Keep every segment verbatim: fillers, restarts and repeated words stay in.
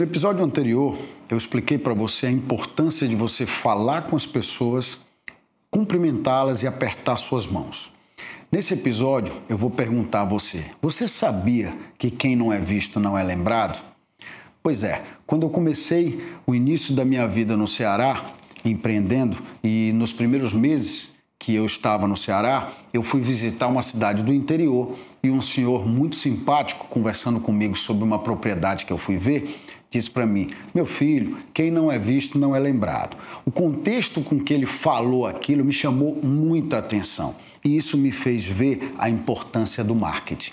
episódio anterior, eu expliquei para você a importância de você falar com as pessoas, cumprimentá-las e apertar suas mãos. Nesse episódio, eu vou perguntar a você, você sabia que quem não é visto não é lembrado? Pois é, quando eu comecei o início da minha vida no Ceará, empreendendo, e nos primeiros meses que eu estava no Ceará, eu fui visitar uma cidade do interior e um senhor muito simpático, conversando comigo sobre uma propriedade que eu fui ver, disse para mim, meu filho, quem não é visto não é lembrado. O contexto com que ele falou aquilo me chamou muita atenção e isso me fez ver a importância do marketing.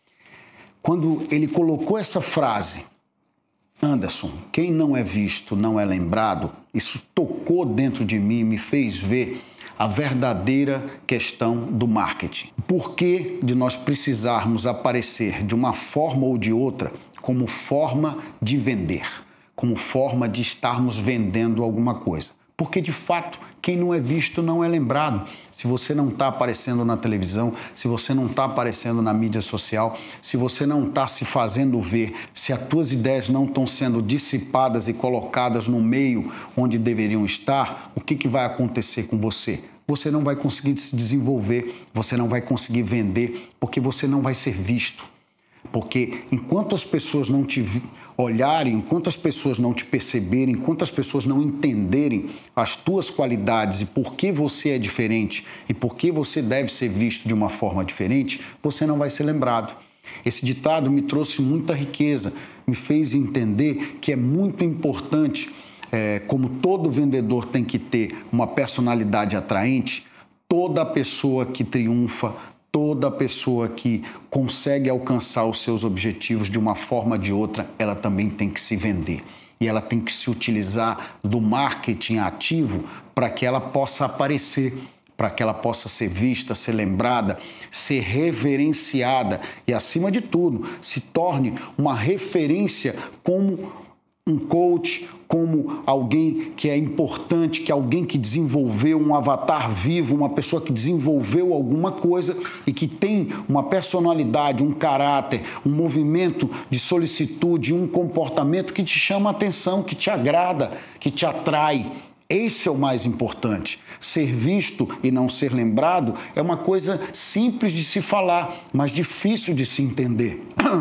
Quando ele colocou essa frase, Anderson, quem não é visto não é lembrado, isso tocou dentro de mim e me fez ver a verdadeira questão do marketing. Por que de nós precisarmos aparecer de uma forma ou de outra como forma de vender, como forma de estarmos vendendo alguma coisa? Porque, de fato, quem não é visto não é lembrado. Se você não está aparecendo na televisão, se você não está aparecendo na mídia social, se você não está se fazendo ver, se as tuas ideias não estão sendo dissipadas e colocadas no meio onde deveriam estar, o que, que vai acontecer com você? Você não vai conseguir se desenvolver, você não vai conseguir vender, porque você não vai ser visto. Porque enquanto as pessoas não te olharem, enquanto as pessoas não te perceberem, enquanto as pessoas não entenderem as tuas qualidades e por que você é diferente e por que você deve ser visto de uma forma diferente, você não vai ser lembrado. Esse ditado me trouxe muita riqueza, me fez entender que é muito importante, é, como todo vendedor tem que ter uma personalidade atraente, toda pessoa que triunfa, toda pessoa que consegue alcançar os seus objetivos de uma forma ou de outra, ela também tem que se vender. E ela tem que se utilizar do marketing ativo para que ela possa aparecer, para que ela possa ser vista, ser lembrada, ser reverenciada e, acima de tudo, se torne uma referência como um coach, como alguém que é importante, que é alguém que desenvolveu um avatar vivo, uma pessoa que desenvolveu alguma coisa e que tem uma personalidade, um caráter, um movimento de solicitude, um comportamento que te chama a atenção, que te agrada, que te atrai. Esse é o mais importante. Ser visto e não ser lembrado é uma coisa simples de se falar, mas difícil de se entender.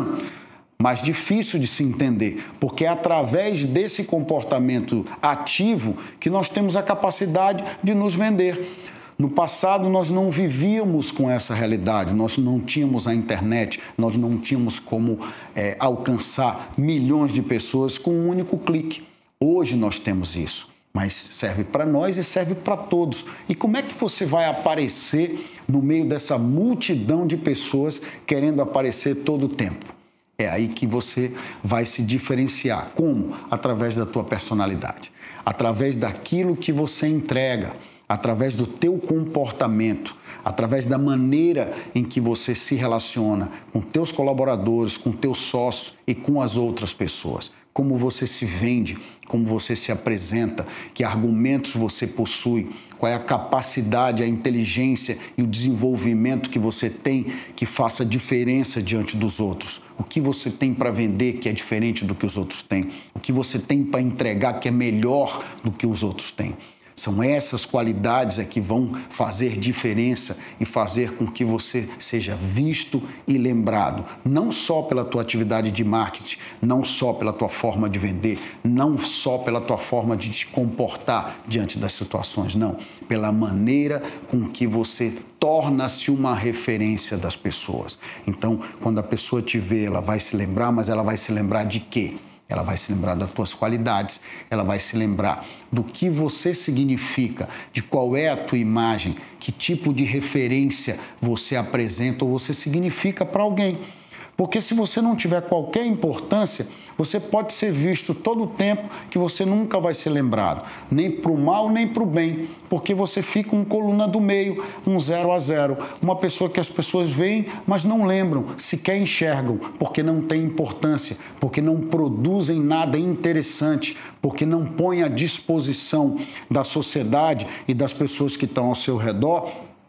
mais difícil de se entender, porque é através desse comportamento ativo que nós temos a capacidade de nos vender. No passado, nós não vivíamos com essa realidade, nós não tínhamos a internet, nós não tínhamos como é, alcançar milhões de pessoas com um único clique. Hoje nós temos isso, mas serve para nós e serve para todos. E como é que você vai aparecer no meio dessa multidão de pessoas querendo aparecer todo o tempo? É aí que você vai se diferenciar. Como? Através da tua personalidade, através daquilo que você entrega, através do teu comportamento, através da maneira em que você se relaciona com teus colaboradores, com teus sócios e com as outras pessoas. Como você se vende, como você se apresenta, que argumentos você possui, qual é a capacidade, a inteligência e o desenvolvimento que você tem que faça diferença diante dos outros. O que você tem para vender que é diferente do que os outros têm. O que você tem para entregar que é melhor do que os outros têm. São essas qualidades é que vão fazer diferença e fazer com que você seja visto e lembrado, não só pela tua atividade de marketing, não só pela tua forma de vender, não só pela tua forma de te comportar diante das situações, não, pela maneira com que você torna-se uma referência das pessoas. Então, quando a pessoa te vê, ela vai se lembrar, mas ela vai se lembrar de quê? Ela vai se lembrar das tuas qualidades, ela vai se lembrar do que você significa, de qual é a tua imagem, que tipo de referência você apresenta ou você significa para alguém. Porque se você não tiver qualquer importância, você pode ser visto todo o tempo que você nunca vai ser lembrado, nem para o mal nem para o bem, porque você fica uma coluna do meio, um zero a zero, uma pessoa que as pessoas veem, mas não lembram, sequer enxergam, porque não tem importância, porque não produzem nada interessante, porque não põem à disposição da sociedade e das pessoas que estão ao seu redor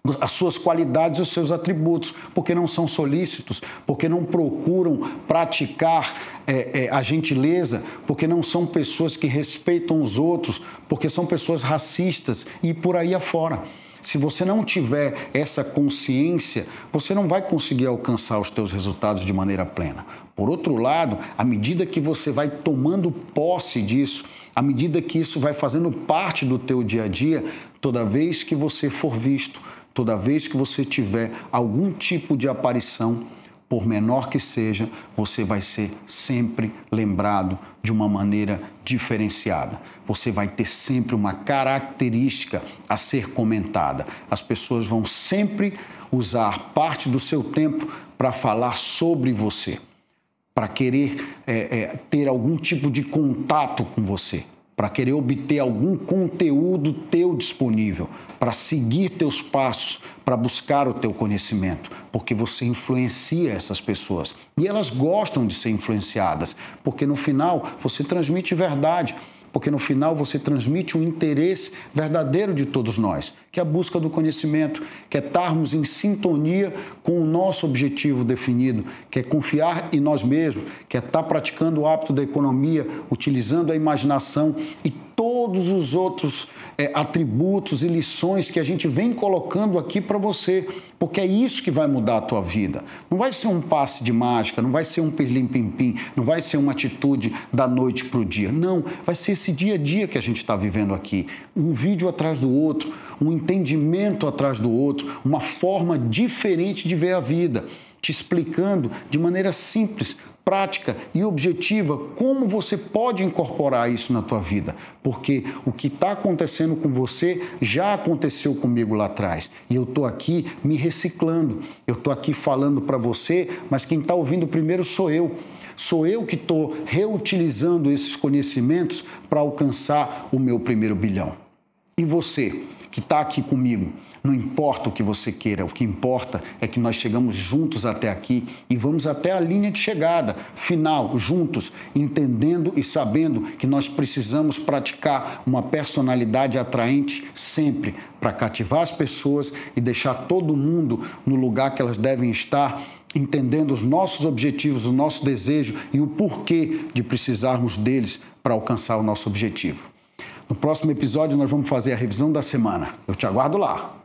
as suas qualidades e os seus atributos, porque não são solícitos, porque não procuram praticar é, é, a gentileza, porque não são pessoas que respeitam os outros, porque são pessoas racistas e por aí afora. Se você não tiver essa consciência, você não vai conseguir alcançar os teus resultados de maneira plena. Por outro lado, à medida que você vai tomando posse disso, à medida que isso vai fazendo parte do teu dia a dia, toda vez que você for visto, toda vez que você tiver algum tipo de aparição, por menor que seja, você vai ser sempre lembrado de uma maneira diferenciada. Você vai ter sempre uma característica a ser comentada. As pessoas vão sempre usar parte do seu tempo para falar sobre você, para querer é, é, ter algum tipo de contato com você, para querer obter algum conteúdo teu disponível, para seguir teus passos, para buscar o teu conhecimento, porque você influencia essas pessoas. E elas gostam de ser influenciadas, porque no final você transmite verdade, porque no final você transmite um interesse verdadeiro de todos nós, que é a busca do conhecimento, que é estarmos em sintonia com o nosso objetivo definido, que é confiar em nós mesmos, que é estar praticando o hábito da economia, utilizando a imaginação e todos os outros é, atributos e lições que a gente vem colocando aqui para você, porque é isso que vai mudar a tua vida. Não vai ser um passe de mágica, não vai ser um pirlim-pim-pim, não vai ser uma atitude da noite para o dia. Não, vai ser esse dia a dia que a gente está vivendo aqui. Um vídeo atrás do outro, um entendimento atrás do outro, uma forma diferente de ver a vida, te explicando de maneira simples, prática e objetiva como você pode incorporar isso na tua vida, porque o que está acontecendo com você já aconteceu comigo lá atrás e eu estou aqui me reciclando, eu estou aqui falando para você, mas quem está ouvindo primeiro sou eu. Sou eu que estou reutilizando esses conhecimentos para alcançar o meu primeiro bilhão. E você que está aqui comigo, não importa o que você queira, o que importa é que nós chegamos juntos até aqui e vamos até a linha de chegada, final, juntos, entendendo e sabendo que nós precisamos praticar uma personalidade atraente sempre para cativar as pessoas e deixar todo mundo no lugar que elas devem estar, entendendo os nossos objetivos, o nosso desejo e o porquê de precisarmos deles para alcançar o nosso objetivo. No próximo episódio nós vamos fazer a revisão da semana. Eu te aguardo lá.